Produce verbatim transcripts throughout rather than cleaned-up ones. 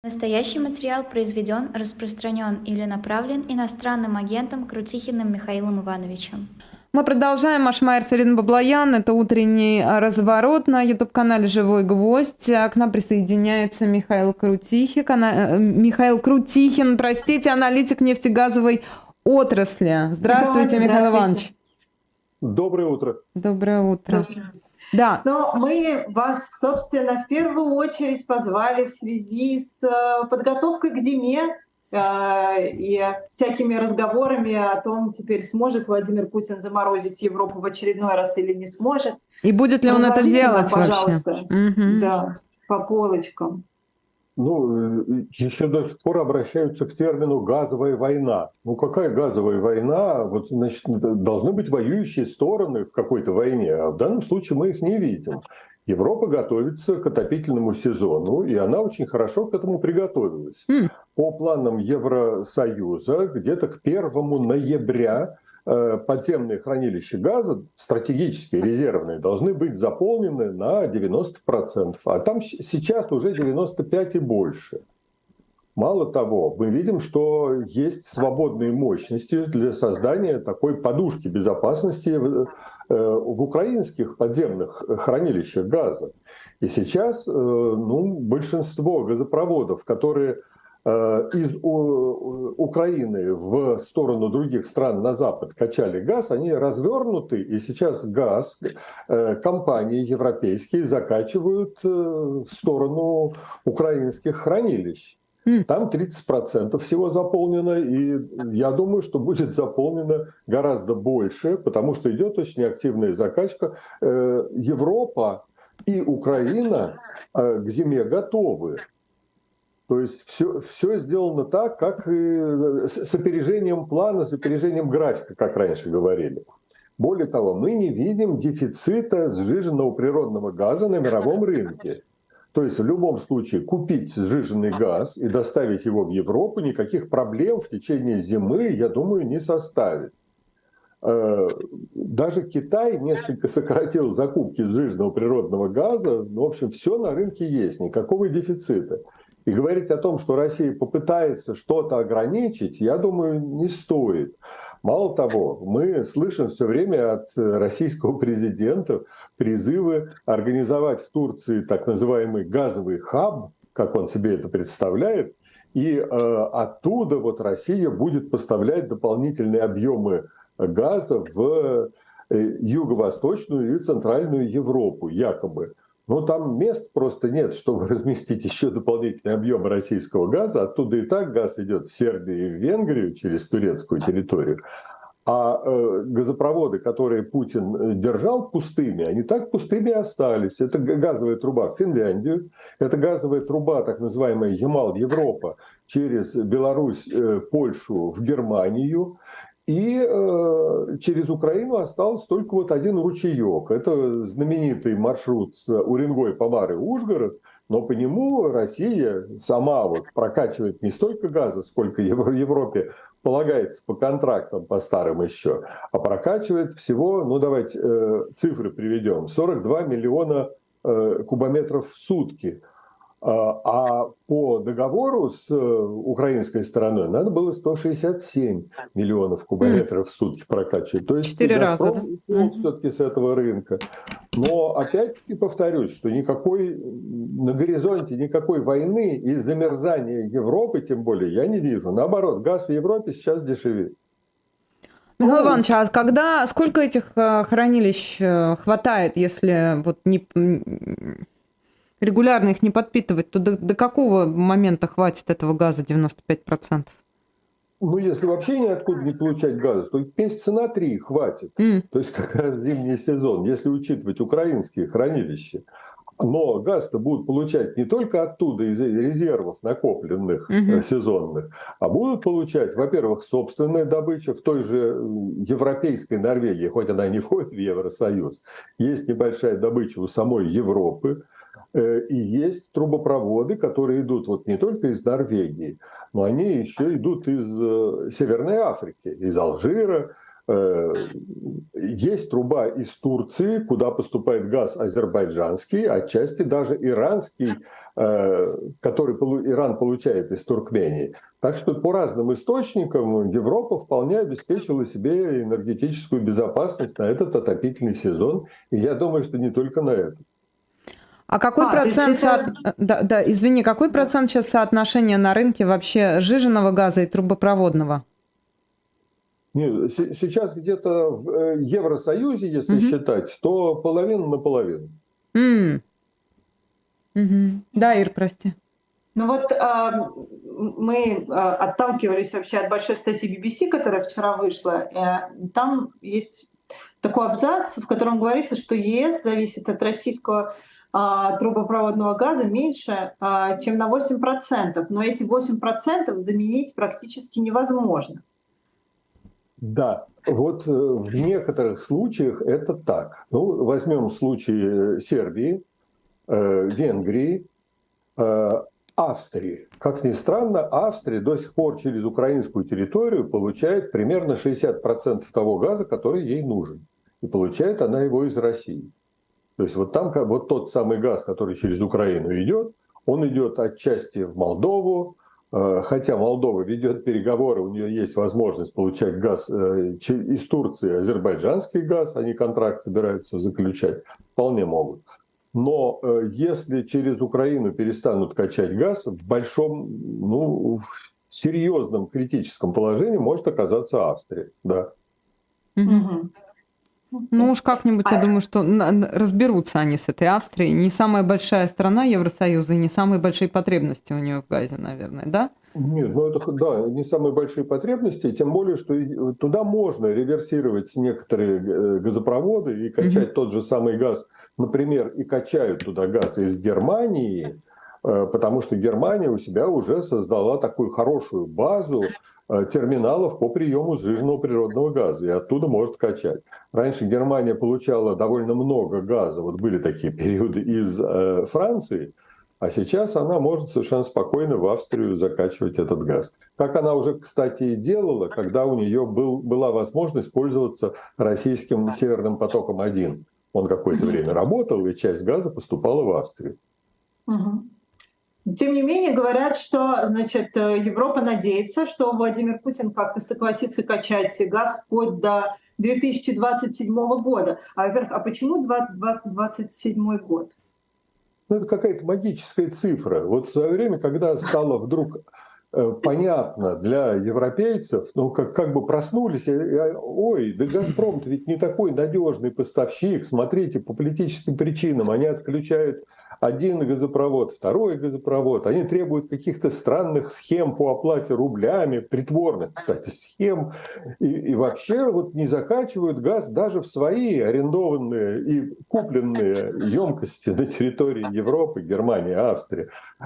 Настоящий материал произведен, распространен или направлен иностранным агентом Крутихиным Михаилом Ивановичем. Мы продолжаем. Ашмайер, Сарина Баблоян. Это утренний разворот на ютуб-канале «Живой гвоздь». К нам присоединяется Михаил Крутихин, Михаил Крутихин, простите, аналитик нефтегазовой отрасли. Здравствуйте, Да, Михаил Иванович. Доброе утро. Доброе утро. Да. Но мы вас, собственно, в первую очередь позвали в связи с подготовкой к зиме э, и всякими разговорами о том, теперь сможет Владимир Путин заморозить Европу в очередной раз или не сможет. И будет ли он это делать нам, вообще? Угу. Да, по полочкам. Ну, еще до сих пор обращаются к термину «газовая война». Ну, какая газовая война? Вот, значит, должны быть воюющие стороны в какой-то войне, а в данном случае мы их не видим. Европа готовится к отопительному сезону, и она очень хорошо к этому приготовилась. Mm. По планам Евросоюза, где-то к первому ноября подземные хранилища газа, стратегические, резервные, должны быть заполнены на девяносто процентов. А там сейчас уже девяносто пять процентов и больше. Мало того, мы видим, что есть свободные мощности для создания такой подушки безопасности в, в украинских подземных хранилищах газа. И сейчас ну, большинство газопроводов, которые из Украины в сторону других стран на запад качали газ, они развернуты, и сейчас газ компании европейские закачивают в сторону украинских хранилищ. Там тридцать процентов всего заполнено, и я думаю, что будет заполнено гораздо больше, потому что идет очень активная закачка. Европа и Украина к зиме готовы. То есть все, все сделано так, как и с опережением плана, с опережением графика, как раньше говорили. Более того, мы не видим дефицита сжиженного природного газа на мировом рынке. То есть в любом случае купить сжиженный газ и доставить его в Европу никаких проблем в течение зимы, я думаю, не составит. Даже Китай несколько сократил закупки сжиженного природного газа. В общем, все на рынке есть, никакого дефицита. И говорить о том, что Россия попытается что-то ограничить, я думаю, не стоит. Мало того, мы слышим все время от российского президента призывы организовать в Турции так называемый газовый хаб, как он себе это представляет, и э, оттуда вот Россия будет поставлять дополнительные объемы газа в юго-восточную и центральную Европу, якобы. Но там мест просто нет, чтобы разместить еще дополнительный объем российского газа. Оттуда и так газ идет в Сербию и в Венгрию через турецкую территорию. А э, газопроводы, которые Путин держал пустыми, они так пустыми и остались. Это газовая труба в Финляндию, это газовая труба, так называемая Ямал-Европа, через Беларусь, э, Польшу в Германию. И э, через Украину остался только вот один ручеек. Это знаменитый маршрут с Уренгой, Помары, Ужгород. Но по нему Россия сама вот прокачивает не столько газа, сколько в Европе полагается по контрактам, по старым еще, а прокачивает всего, ну давайте э, цифры приведем, сорок два миллиона э, кубометров в сутки. А по договору с украинской стороной надо было сто шестьдесят семь миллионов кубометров в сутки прокачивать. То есть Четыре раза, да? Все-таки с этого рынка. Но опять-таки повторюсь, что никакой на горизонте никакой войны и замерзания Европы, тем более, я не вижу. Наоборот, газ в Европе сейчас дешевеет. Михаил Иванович, а когда, сколько этих хранилищ хватает, если вот не... регулярно их не подпитывать, то до, до какого момента хватит этого газа девяносто пять процентов? Ну, если вообще ниоткуда не получать газа, то месяца на три хватит. Mm. То есть как раз зимний сезон, если учитывать украинские хранилища. Но газ-то будут получать не только оттуда, из резервов накопленных mm-hmm. сезонных, а будут получать, во-первых, собственная добыча в той же европейской Норвегии, хоть она не входит в Евросоюз, есть небольшая добыча у самой Европы. И есть трубопроводы, которые идут вот не только из Норвегии, но они еще идут из Северной Африки, из Алжира. Есть труба из Турции, куда поступает газ азербайджанский, отчасти даже иранский который Иран получает из Туркмении. Так что по разным источникам Европа вполне обеспечила себе энергетическую безопасность на этот отопительный сезон. И я думаю, что не только на этот. А какой а, процент, это... со... да, да, извини, какой процент сейчас соотношения на рынке вообще сжиженного газа и трубопроводного? Нет, сейчас где-то в Евросоюзе, если угу. считать, то половина на половину. Mm. Угу. Да, Ир, прости. Ну вот э, мы э, отталкивались вообще от большой статьи би би си, которая вчера вышла. Э, там есть такой абзац, в котором говорится, что ЕС зависит от российского э, трубопроводного газа меньше, э, чем на восемь процентов. Но эти восемь процентов заменить практически невозможно. Да, вот в некоторых случаях это так. Ну, возьмем случай Сербии, э, Венгрии, э, Австрии. Как ни странно, Австрия до сих пор через украинскую территорию получает примерно шестьдесят процентов того газа, который ей нужен. И получает она его из России. То есть вот там вот тот самый газ, который через Украину идет, он идет отчасти в Молдову, хотя Молдова ведет переговоры, у нее есть возможность получать газ из Турции, азербайджанский газ, они контракт собираются заключать, вполне могут. Но если через Украину перестанут качать газ, в большом, ну, в серьезном критическом положении может оказаться Австрия. Да. Угу. Ну уж как-нибудь, я думаю, что разберутся они с этой Австрией. Не самая большая страна Евросоюза и не самые большие потребности у нее в газе, наверное, да? Нет, ну это да, не самые большие потребности, тем более, что туда можно реверсировать некоторые газопроводы и качать mm-hmm. тот же самый газ. Например, и качают туда газ из Германии, потому что Германия у себя уже создала такую хорошую базу терминалов по приему сжиженного природного газа, и оттуда может качать. Раньше Германия получала довольно много газа, вот были такие периоды из э, Франции, а сейчас она может совершенно спокойно в Австрию закачивать этот газ. Как она уже, кстати, и делала, когда у нее был, была возможность пользоваться российским Северным потоком один. Он какое-то время работал, и часть газа поступала в Австрию. Угу. Тем не менее, говорят, что, значит, Европа надеется, что Владимир Путин как-то согласится качать газ вплоть до две тысячи двадцать седьмого года. А, во-первых, а почему двадцать седьмой год? Ну, это какая-то магическая цифра. Вот в свое время, когда стало вдруг э, понятно для европейцев, ну, как, как бы проснулись, и, и, ой, да «Газпром»-то ведь не такой надежный поставщик, смотрите, по политическим причинам они отключают один газопровод, второй газопровод, они требуют каких-то странных схем по оплате рублями, притворных, кстати, схем, и, и вообще вот не закачивают газ даже в свои арендованные и купленные емкости на территории Европы, Германии, Австрии.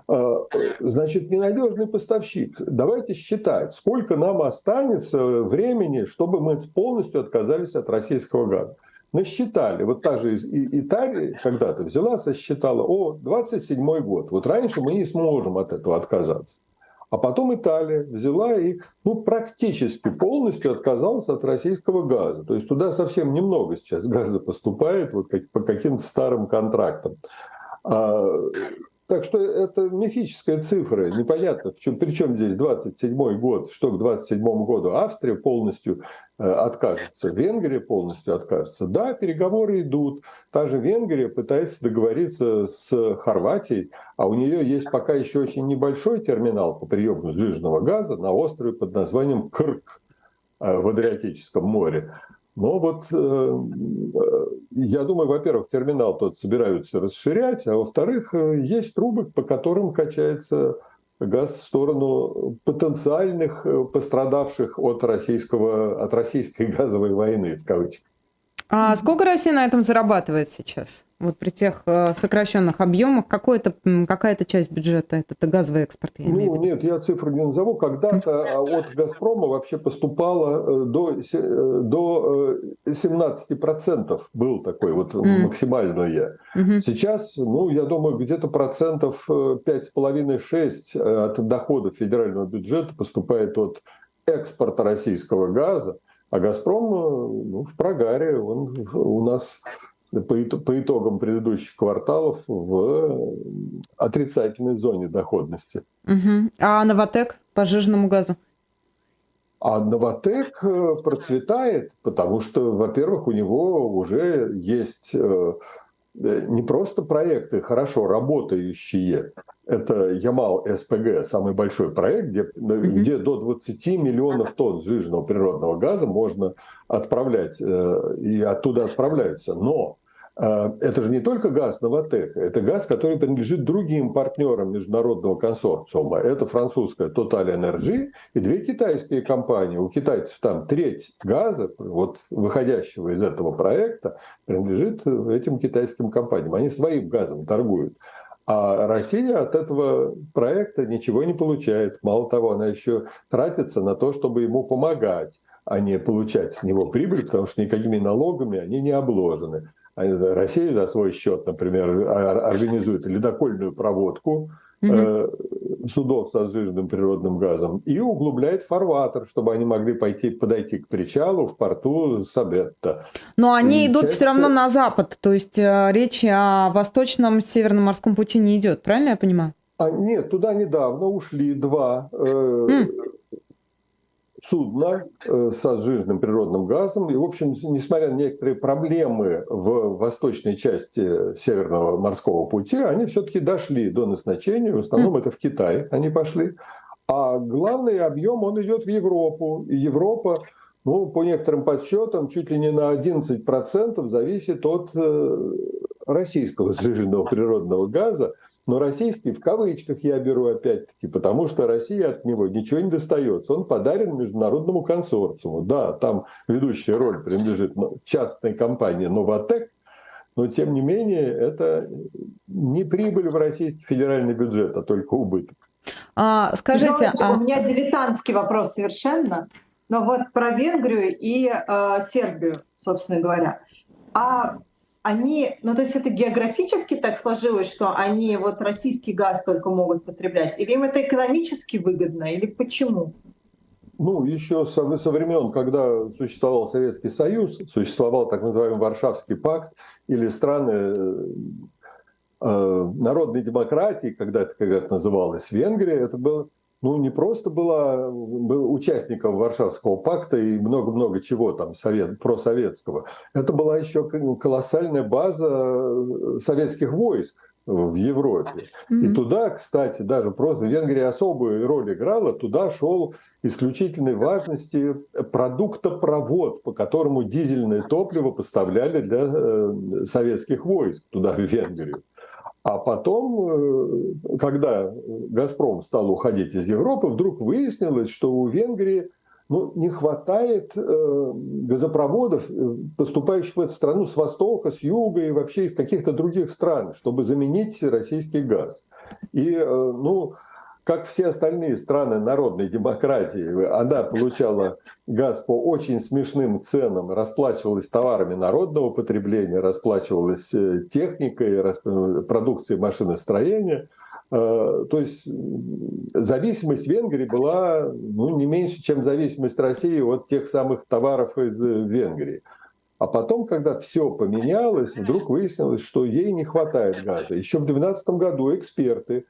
Значит, ненадежный поставщик. Давайте считать, сколько нам останется времени, чтобы мы полностью отказались от российского газа. Насчитали, вот та же Италия когда-то взяла, сосчитала, о, двадцать седьмой год, вот раньше мы не сможем от этого отказаться. А потом Италия взяла и ну, практически полностью отказалась от российского газа. То есть туда совсем немного сейчас газа поступает вот как, по каким-то старым контрактам. А, так что это мифическая цифра, непонятно, при чем здесь двадцать седьмой год, что к двадцать седьмому году Австрия полностью э, откажется, Венгрия полностью откажется. Да, переговоры идут, та же Венгрия пытается договориться с Хорватией, а у нее есть пока еще очень небольшой терминал по приему сжиженного газа на острове под названием Крк э, в Адриатическом море. Но вот э, я думаю, во-первых, терминал тот собираются расширять, а во-вторых, есть трубы, по которым качается газ в сторону потенциальных пострадавших от, российского, от российской газовой войны, в кавычках. А сколько Россия на этом зарабатывает сейчас? Вот при тех сокращенных объемах какая-то часть бюджета это газовый экспорт? Я ну, имею нет, я цифры не назову. Когда-то от «Газпрома» вообще поступало до, до семнадцати процентов. Был такой вот mm. максимальное. Mm-hmm. Сейчас, ну, я думаю, где-то процентов пять с половиной - шесть от доходов федерального бюджета поступает от экспорта российского газа. А «Газпром» ну, в прогаре, он у нас по, по итогам предыдущих кварталов в отрицательной зоне доходности. Угу. А Новатэк по сжиженному газу? А Новатэк процветает, потому что, во-первых, у него уже есть не просто проекты хорошо работающие. Это Ямал-СПГ, самый большой проект, где, mm-hmm. где до двадцати миллионов тонн сжиженного природного газа можно отправлять, и оттуда отправляются. Но это же не только газ Новатэк, это газ, который принадлежит другим партнерам международного консорциума. Это французская Total Energy и две китайские компании. У китайцев там треть газа, вот, выходящего из этого проекта, принадлежит этим китайским компаниям. Они своим газом торгуют. А Россия от этого проекта ничего не получает. Мало того, она еще тратится на то, чтобы ему помогать, а не получать с него прибыль, потому что никакими налогами они не обложены. Россия за свой счет, например, организует ледокольную проводку э, судов со сжиженным природным газом и углубляет фарватер, чтобы они могли пойти, подойти к причалу в порту Сабетта. Но они и идут часть... все равно на запад, то есть э, речи о восточном Северном морском пути не идет, правильно я понимаю? А, нет, туда недавно ушли два э, mm. судна э, со сжиженным природным газом. И, в общем, несмотря на некоторые проблемы в восточной части Северного морского пути, они все-таки дошли до назначения. В основном mm. это в Китай они пошли. А главный объем, он идет в Европу. И Европа, ну, по некоторым подсчетам, чуть ли не на одиннадцать процентов зависит от э, российского сжиженного природного газа. Но российский в кавычках я беру опять-таки, потому что Россия от него ничего не достается. Он подарен международному консорциуму. Да, там ведущая роль принадлежит частной компании «Новатэк», но тем не менее это не прибыль в российский федеральный бюджет, а только убыток. А, скажите, но, а... у меня дилетантский вопрос совершенно, но вот про Венгрию и э, Сербию, собственно говоря. А они, ну то есть это географически так сложилось, что они вот российский газ только могут потреблять, или им это экономически выгодно, или почему? Ну, еще со, со времен, когда существовал Советский Союз, существовал так называемый Варшавский пакт, или страны э, народной демократии, когда это когда-то называлось Венгрия, это было, ну, не просто была участником Варшавского пакта и много-много чего там совет, просоветского. Это была еще колоссальная база советских войск в Европе. Mm-hmm. И туда, кстати, даже просто Венгрия особую роль играла, туда шел исключительной важности продуктопровод, по которому дизельное топливо поставляли для э, советских войск туда, в Венгрию. А потом, когда «Газпром» стал уходить из Европы, вдруг выяснилось, что у Венгрии ну, не хватает э, газопроводов, поступающих в эту страну с востока, с юга и вообще из каких-то других стран, чтобы заменить российский газ. И, э, ну, как все остальные страны народной демократии, она получала газ по очень смешным ценам, расплачивалась товарами народного потребления, расплачивалась техникой, продукцией машиностроения. То есть зависимость Венгрии была ну, не меньше, чем зависимость России от тех самых товаров из Венгрии. А потом, когда все поменялось, вдруг выяснилось, что ей не хватает газа. Еще в две тысячи двенадцатом году эксперты,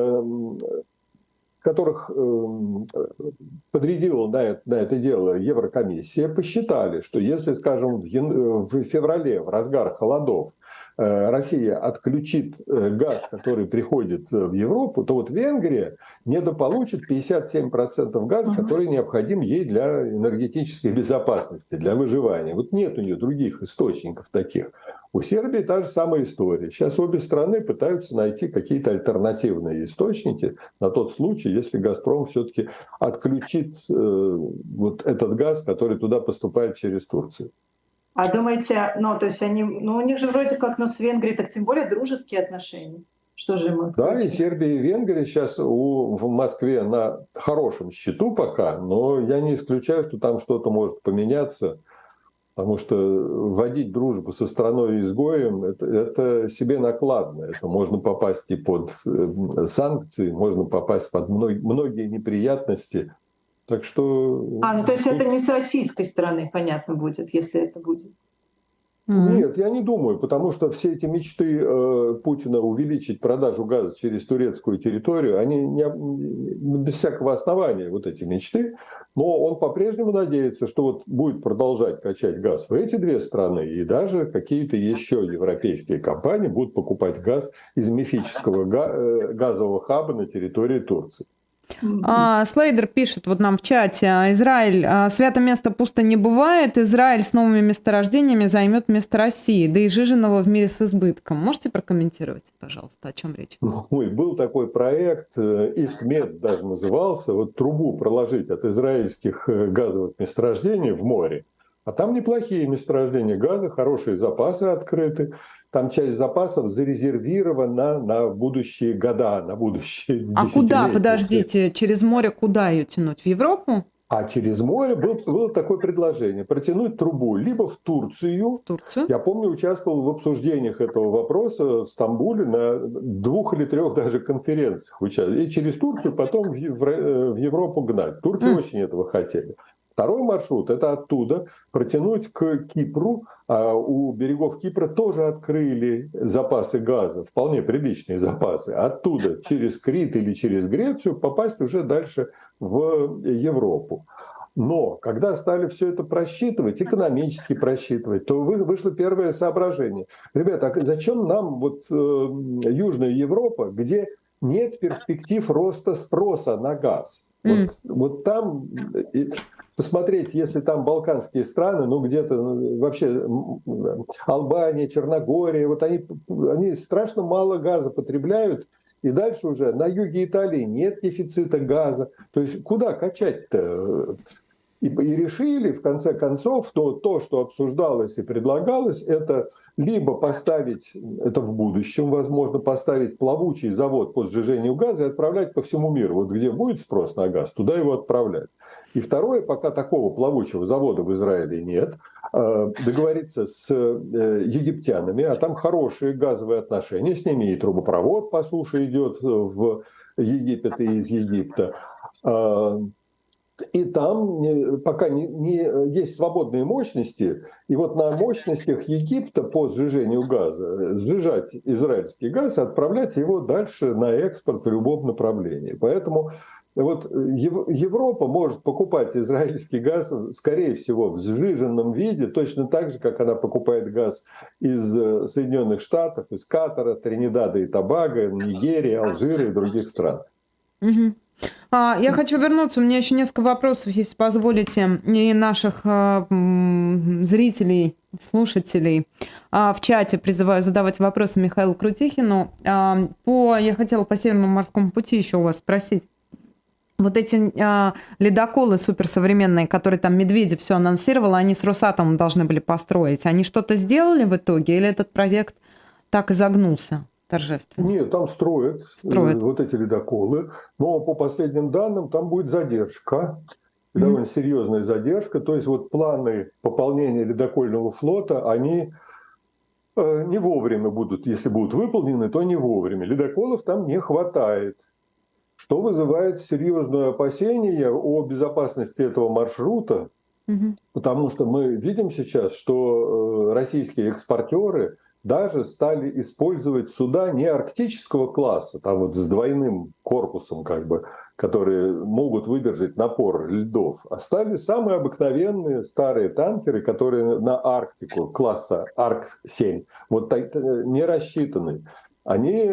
которых подрядила на это, на это дело Еврокомиссия, посчитали, что если, скажем, в феврале, в разгар холодов, Россия отключит газ, который приходит в Европу, то вот Венгрия недополучит пятьдесят семь процентов газа, который необходим ей для энергетической безопасности, для выживания. Вот нет у нее других источников таких. У Сербии та же самая история. Сейчас обе страны пытаются найти какие-то альтернативные источники на тот случай, если «Газпром» все-таки отключит э, вот этот газ, который туда поступает через Турцию. А думаете, ну, то есть они, ну, у них же вроде как, ну, с Венгрией, так тем более дружеские отношения. Что же им отключить? Да, и Сербия, и Венгрия сейчас у, в Москве на хорошем счету пока, но я не исключаю, что там что-то может поменяться, потому что вводить дружбу со страной-изгоем это, это себе накладно. Это можно попасть и под санкции, можно попасть под многие неприятности. Так что... А, ну то есть это не с российской стороны, понятно, будет, если это будет. Нет, я не думаю, потому что все эти мечты э, Путина увеличить продажу газа через турецкую территорию, они не, без всякого основания, вот эти мечты, но он по-прежнему надеется, что вот будет продолжать качать газ в эти две страны, и даже какие-то еще европейские компании будут покупать газ из мифического га- газового хаба на территории Турции. А, Слейдер пишет вот нам в чате: Израиль, а, свято место пусто не бывает, Израиль с новыми месторождениями займет место России, да и жиженого в мире с избытком. Можете прокомментировать, пожалуйста, о чем речь? Ой, был такой проект, Искмед даже назывался, вот трубу проложить от израильских газовых месторождений в море. А там неплохие месторождения газа, хорошие запасы открыты. Там часть запасов зарезервирована на будущие года, на будущие десятилетия. А куда, подождите, через море куда ее тянуть? В Европу? А через море был, было такое предложение: протянуть трубу либо в Турцию. Турцию? Я помню, участвовал в обсуждениях этого вопроса в Стамбуле на двух или трех даже конференциях. И через Турцию потом в Европу гнать. Турки mm. очень этого хотели. Второй маршрут – это оттуда протянуть к Кипру. А у берегов Кипра тоже открыли запасы газа, вполне приличные запасы. Оттуда через Крит или через Грецию попасть уже дальше в Европу. Но когда стали все это просчитывать, экономически просчитывать, то вышло первое соображение. Ребята, а зачем нам вот э, Южная Европа, где нет перспектив роста спроса на газ? Mm. Вот, вот там... Посмотреть, если там балканские страны, ну где-то вообще Албания, Черногория, вот они, они страшно мало газа потребляют, и дальше уже на юге Италии нет дефицита газа. То есть куда качать-то? И, и решили, в конце концов, то, то, что обсуждалось и предлагалось, это либо поставить, это в будущем, возможно, поставить плавучий завод по сжижению газа и отправлять по всему миру. Вот где будет спрос на газ, туда его отправлять. И второе, пока такого плавучего завода в Израиле нет, договориться с египтянами, а там хорошие газовые отношения с ними, и трубопровод по суше идет в Египет и из Египта. И там пока не, не есть свободные мощности, и вот на мощностях Египта по сжижению газа сжижать израильский газ и отправлять его дальше на экспорт в любом направлении. Поэтому вот Европа может покупать израильский газ, скорее всего, в сжиженном виде, точно так же, как она покупает газ из Соединенных Штатов, из Катара, Тринидада и Тобаго, Нигерии, Алжира и других стран. Угу. А, я хочу вернуться, у меня еще несколько вопросов, если позволите, и наших а, зрителей, слушателей а, в чате призываю задавать вопросы Михаилу Крутихину. А, по, я хотела по Северному морскому пути еще у вас спросить. Вот эти а, ледоколы суперсовременные, которые там Медведев все анонсировал, они с Росатомом должны были построить. Они что-то сделали в итоге или этот проект так и загнулся? Торжественно. Нет, там строят, строят вот эти ледоколы, но по последним данным там будет задержка, mm-hmm. довольно серьезная задержка. То есть вот планы пополнения ледокольного флота, они э, не вовремя будут, если будут выполнены, то не вовремя. Ледоколов там не хватает, что вызывает серьезное опасение о безопасности этого маршрута, mm-hmm. потому что мы видим сейчас, что э, российские экспортеры даже стали использовать суда не арктического класса, там вот с двойным корпусом, как бы, которые могут выдержать напор льдов, а стали самые обыкновенные старые танкеры, которые на Арктику класса Арк семь, вот так, не рассчитаны. Они,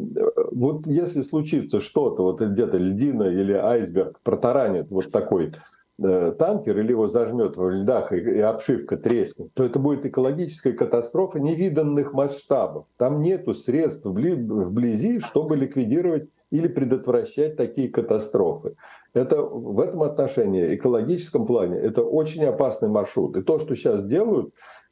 вот если случится что-то, вот где-то льдина или айсберг протаранит вот такой танкер или его зажмет в льдах и, и обшивка треснет, то это будет экологическая катастрофа невиданных масштабов. Там нету средств вблизи, чтобы ликвидировать или предотвращать такие катастрофы. Это в этом отношении, экологическом плане, это очень опасный маршрут. И то, что сейчас делают,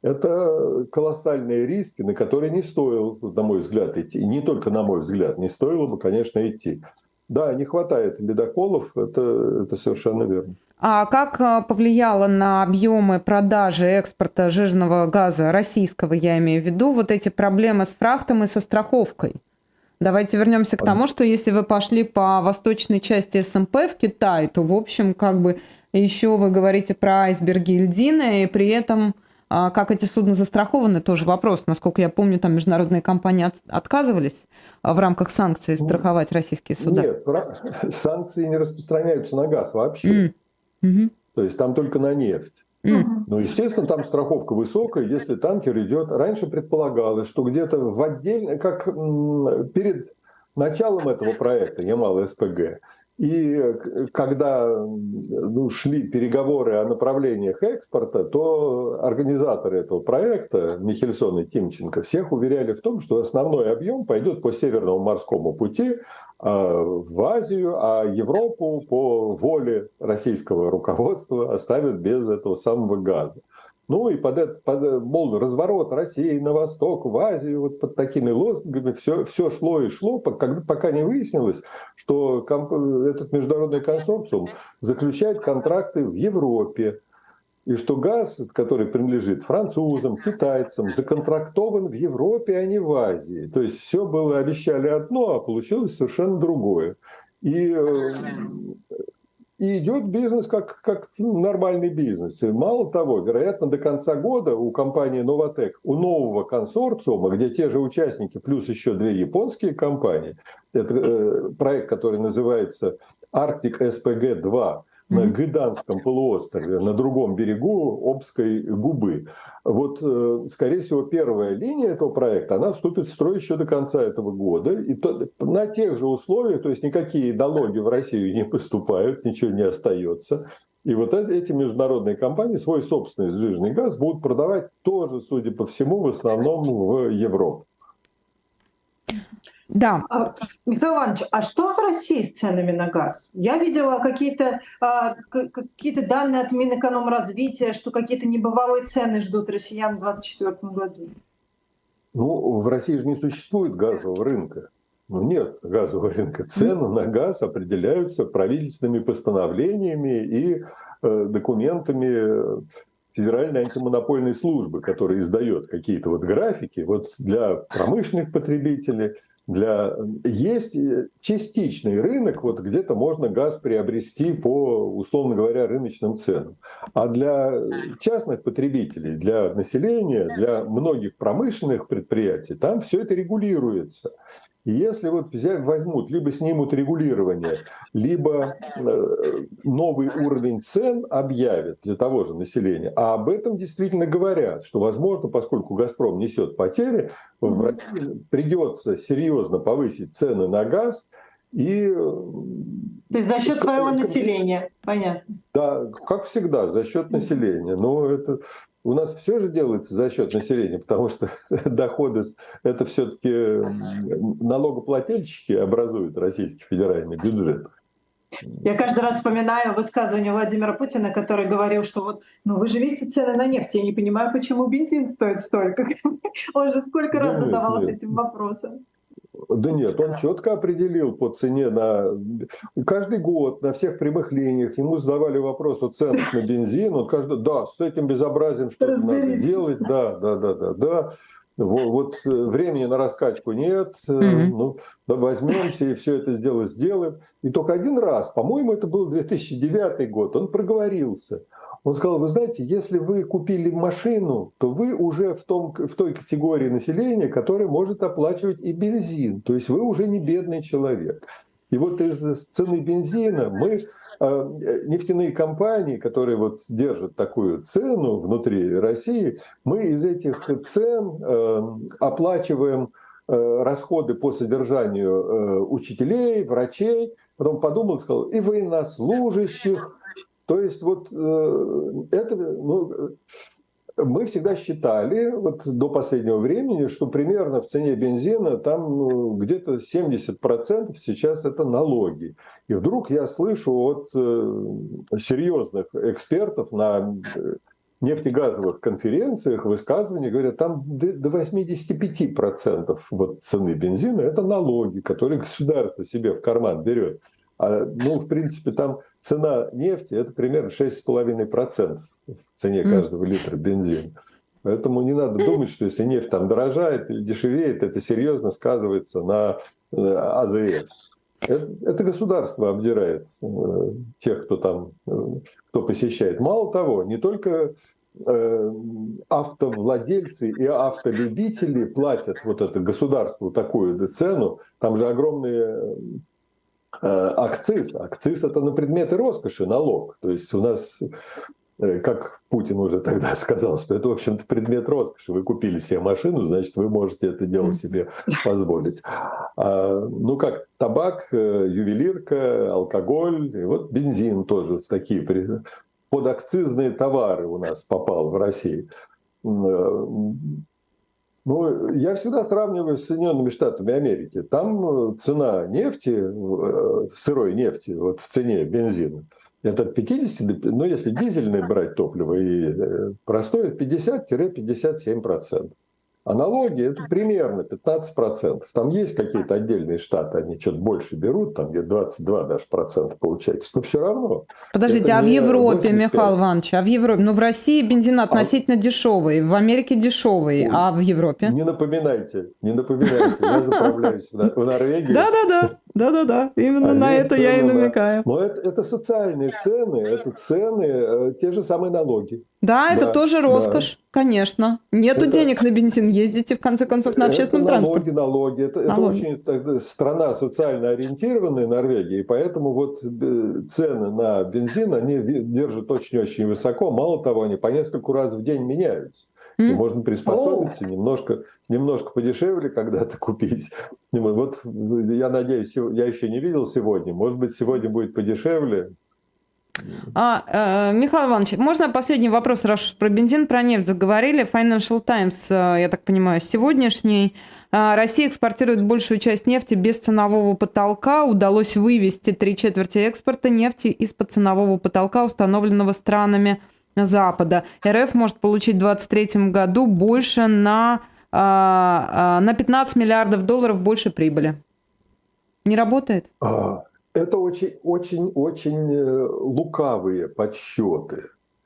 это колоссальные риски, на которые не стоило, на мой взгляд, идти. И не только на мой взгляд, не стоило бы, конечно, идти. Да, не хватает ледоколов, это, это совершенно верно. А как повлияло на объемы продажи экспорта жиженного газа, российского, я имею в виду, вот эти проблемы с фрахтом и со страховкой? Давайте вернемся к тому, что если вы пошли по восточной части СМП в Китай, то, в общем, как бы еще вы говорите про айсберги и льдины, и при этом А как эти судна застрахованы, тоже вопрос. Насколько я помню, там международные компании от, отказывались в рамках санкций страховать российские суда. Нет, санкции не распространяются на газ вообще. Mm. Mm-hmm. То есть там только на нефть. Mm. Ну, естественно, там страховка высокая, если танкер идет. Раньше предполагалось, что где-то в отдельно, как перед началом этого проекта Ямал-СПГ, и когда ну, шли переговоры о направлениях экспорта, то организаторы этого проекта, Михельсон и Тимченко, всех уверяли в том, что основной объем пойдет по Северному морскому пути э, в Азию, а Европу по воле российского руководства оставят без этого самого газа. Ну и под, это, под мол, разворот России на восток, в Азию, вот под такими лозунгами все, все шло и шло, пока, пока не выяснилось, что комп, этот международный консорциум заключает контракты в Европе, и что газ, который принадлежит французам, китайцам, законтрактован в Европе, а не в Азии. То есть все было, обещали одно, а получилось совершенно другое. И... И идет бизнес как, как нормальный бизнес. И мало того, вероятно, до конца года у компании Новатэк, у нового консорциума, где те же участники, плюс еще две японские компании, это э, проект, который называется Arctic эс пи джи два, на Гыданском полуострове, на другом берегу Обской губы. Вот, скорее всего, первая линия этого проекта, она вступит в строй еще до конца этого года. И то, на тех же условиях, то есть никакие налоги в Россию не поступают, ничего не остается. И вот эти международные компании свой собственный сжиженный газ будут продавать тоже, судя по всему, в основном в Европу. Да. А, Михаил Иванович, а что в России с ценами на газ? Я видела какие-то, а, какие-то данные от Минэкономразвития, что какие-то небывалые цены ждут россиян в две тысячи двадцать четвёртом году. Ну, в России же не существует газового рынка. Ну, нет газового рынка. Цены на газ определяются правительственными постановлениями и э, документами Федеральной антимонопольной службы, которая издает какие-то вот графики вот для промышленных потребителей. Для... Есть частичный рынок, вот где-то можно газ приобрести по, условно говоря, рыночным ценам. А для частных потребителей, для населения, для многих промышленных предприятий, там все это регулируется. И если вот взять, возьмут, либо снимут регулирование, либо э, новый уровень цен объявят для того же населения, а об этом действительно говорят, что, возможно, поскольку «Газпром» несет потери, в России придется серьезно повысить цены на газ. И... То есть за счет своего населения, понятно. Да, как всегда, за счет населения. Но это... У нас все же делается за счет населения, потому что доходы, это все-таки налогоплательщики образуют российский федеральный бюджет. Я каждый раз вспоминаю высказывание Владимира Путина, который говорил, что вот, ну вы же видите цены на нефть, я не понимаю, почему бензин стоит столько. Он же сколько раз задавался этим вопросом. Да нет, он четко определил по цене на... Каждый год на всех прямых линиях ему задавали вопрос о ценах на бензин. Он каждый, да, с этим безобразием что-то надо делать. Да, да, да, да, да. Вот, вот времени на раскачку нет. Mm-hmm. Ну, да, возьмемся и все это сделаем, сделаем. И только один раз, по-моему, это был две тысячи девятый год, он проговорился. Он сказал, вы знаете, если вы купили машину, то вы уже в, том, в той категории населения, которая может оплачивать и бензин. То есть вы уже не бедный человек. И вот из цены бензина мы, э, нефтяные компании, которые вот держат такую цену внутри России, мы из этих цен э, оплачиваем э, расходы по содержанию э, учителей, врачей. Потом подумал и сказал, и военнослужащих. То есть вот э, это, ну, мы всегда считали вот до последнего времени, что примерно в цене бензина там ну, где-то семьдесят процентов сейчас это налоги. И вдруг я слышу от э, серьезных экспертов на нефтегазовых конференциях высказывания, говорят, там до восемьдесят пять процентов вот цены бензина это налоги, которые государство себе в карман берет. А, ну, в принципе, там цена нефти это примерно шесть целых пять десятых процента в цене каждого литра бензина. Поэтому не надо думать, что если нефть там дорожает или дешевеет, это серьезно сказывается на а зэ эс. Это, это государство обдирает э, тех, кто там, э, кто посещает. Мало того, не только автовладельцы и автолюбители платят вот это государству такую цену, там же огромные акциз. Акциз – это на предметы роскоши налог. То есть у нас, как Путин уже тогда сказал, что это, в общем-то, предмет роскоши. Вы купили себе машину, значит, вы можете это дело себе позволить. А, ну, как табак, ювелирка, алкоголь, и вот бензин тоже такие подакцизные товары у нас попал в Россию. Ну, я всегда сравниваю с Соединенными Штатами Америки. Там цена нефти, сырой нефти, вот в цене бензина, это от пятидесяти, ну, если дизельное брать топливо и простое, пятьдесят-пятьдесят семь процентов. А налоги это примерно пятнадцать процентов. Там есть какие-то отдельные штаты, они что-то больше берут, там где-то двадцать два даже процента получается. Но все равно. Подождите, а в Европе, Михаил Иванович, а в Европе, ну в России бензин относительно а... дешевый, в Америке дешевый, а в Европе? Не напоминайте, не напоминайте, я заправляюсь в Норвегии. Да-да-да, да-да-да, именно на это я и намекаю. Но это социальные цены, это цены, те же самые налоги. Да, это да, тоже роскошь, да. Конечно. Нету это, денег на бензин, ездите в конце концов на общественном это транспорте. Налоги, налоги. Это, налоги. Это очень страна социально ориентированная, Норвегия, и поэтому вот цены на бензин, они держат очень-очень высоко. Мало того, они по нескольку раз в день меняются. Mm. И можно приспособиться, немножко, немножко подешевле когда-то купить. Вот я надеюсь, я еще не видел сегодня, может быть, сегодня будет подешевле. А, э, Михаил Иванович, можно последний вопрос, раз уж про бензин, про нефть заговорили. Financial Times, э, я так понимаю, сегодняшний. Э, Россия экспортирует большую часть нефти без ценового потолка. Удалось вывести три четверти экспорта нефти из-под ценового потолка, установленного странами Запада. РФ может получить в две тысячи двадцать третьем году больше на, э, э, на пятнадцать миллиардов долларов больше прибыли. Не работает? Это очень-очень-очень лукавые подсчеты.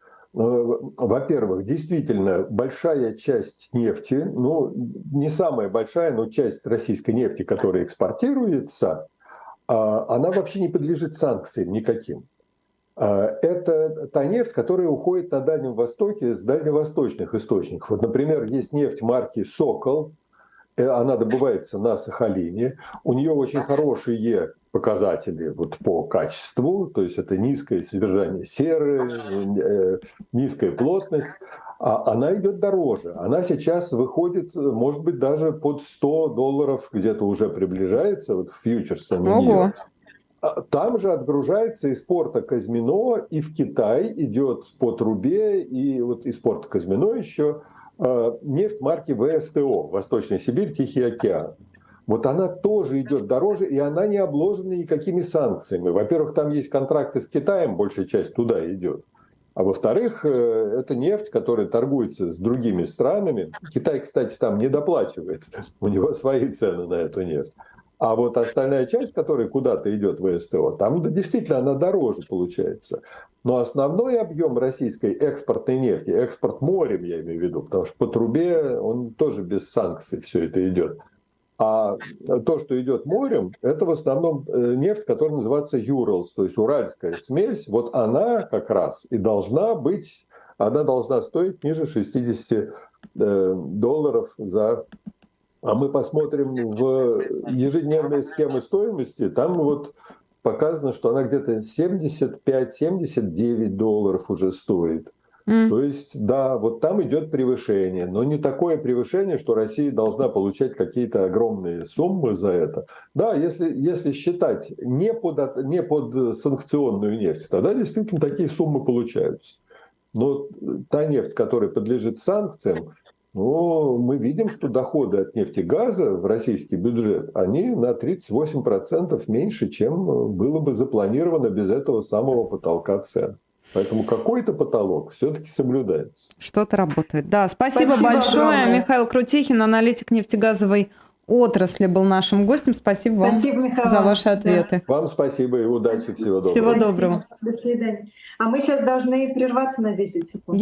Во-первых, действительно, большая часть нефти, ну, не самая большая, но часть российской нефти, которая экспортируется, она вообще не подлежит санкциям никаким. Это та нефть, которая уходит на Дальнем Востоке с дальневосточных источников. Вот, например, есть нефть марки «Сокол», она добывается на Сахалине, у нее очень хорошие показатели вот по качеству, то есть это низкое содержание серы, низкая плотность, а она идет дороже. Она сейчас выходит, может быть, даже под сто долларов, где-то уже приближается, вот фьючерсы на нее. Там же отгружается из порта Казмино, и в Китай идет по трубе, и вот из порта Казмино еще нефть марки ВСТО, Восточная Сибирь, Тихий океан. Вот она тоже идет дороже, и она не обложена никакими санкциями. Во-первых, там есть контракты с Китаем, большая часть туда идет. А во-вторых, это нефть, которая торгуется с другими странами. Китай, кстати, там не доплачивает, у него свои цены на эту нефть. А вот остальная часть, которая куда-то идет в ВСТО, там да, действительно она дороже получается. Но основной объем российской экспортной нефти, экспорт морем я имею в виду, потому что по трубе он тоже без санкций все это идет. А то, что идет морем, это в основном нефть, которая называется Уралс, то есть уральская смесь. Вот она как раз и должна быть, она должна стоить ниже шестидесяти долларов за... А мы посмотрим в ежедневные схемы стоимости, там вот показано, что она где-то семьдесят пять - семьдесят девять долларов уже стоит. Mm. То есть, да, вот там идет превышение, но не такое превышение, что Россия должна получать какие-то огромные суммы за это. Да, если, если считать не под, не под санкционную нефть, тогда действительно такие суммы получаются. Но та нефть, которая подлежит санкциям, ну, мы видим, что доходы от нефти и газа в российский бюджет, они на тридцать восемь процентов меньше, чем было бы запланировано без этого самого потолка цен. Поэтому какой-то потолок все-таки соблюдается. Что-то работает. Да, спасибо, спасибо большое. Огромное. Михаил Крутихин, аналитик нефтегазовой отрасли, был нашим гостем. Спасибо вам спасибо, за ваши ответы. Да. Вам спасибо и удачи. Всего доброго. Всего доброго. До свидания. А мы сейчас должны прерваться на десять секунд.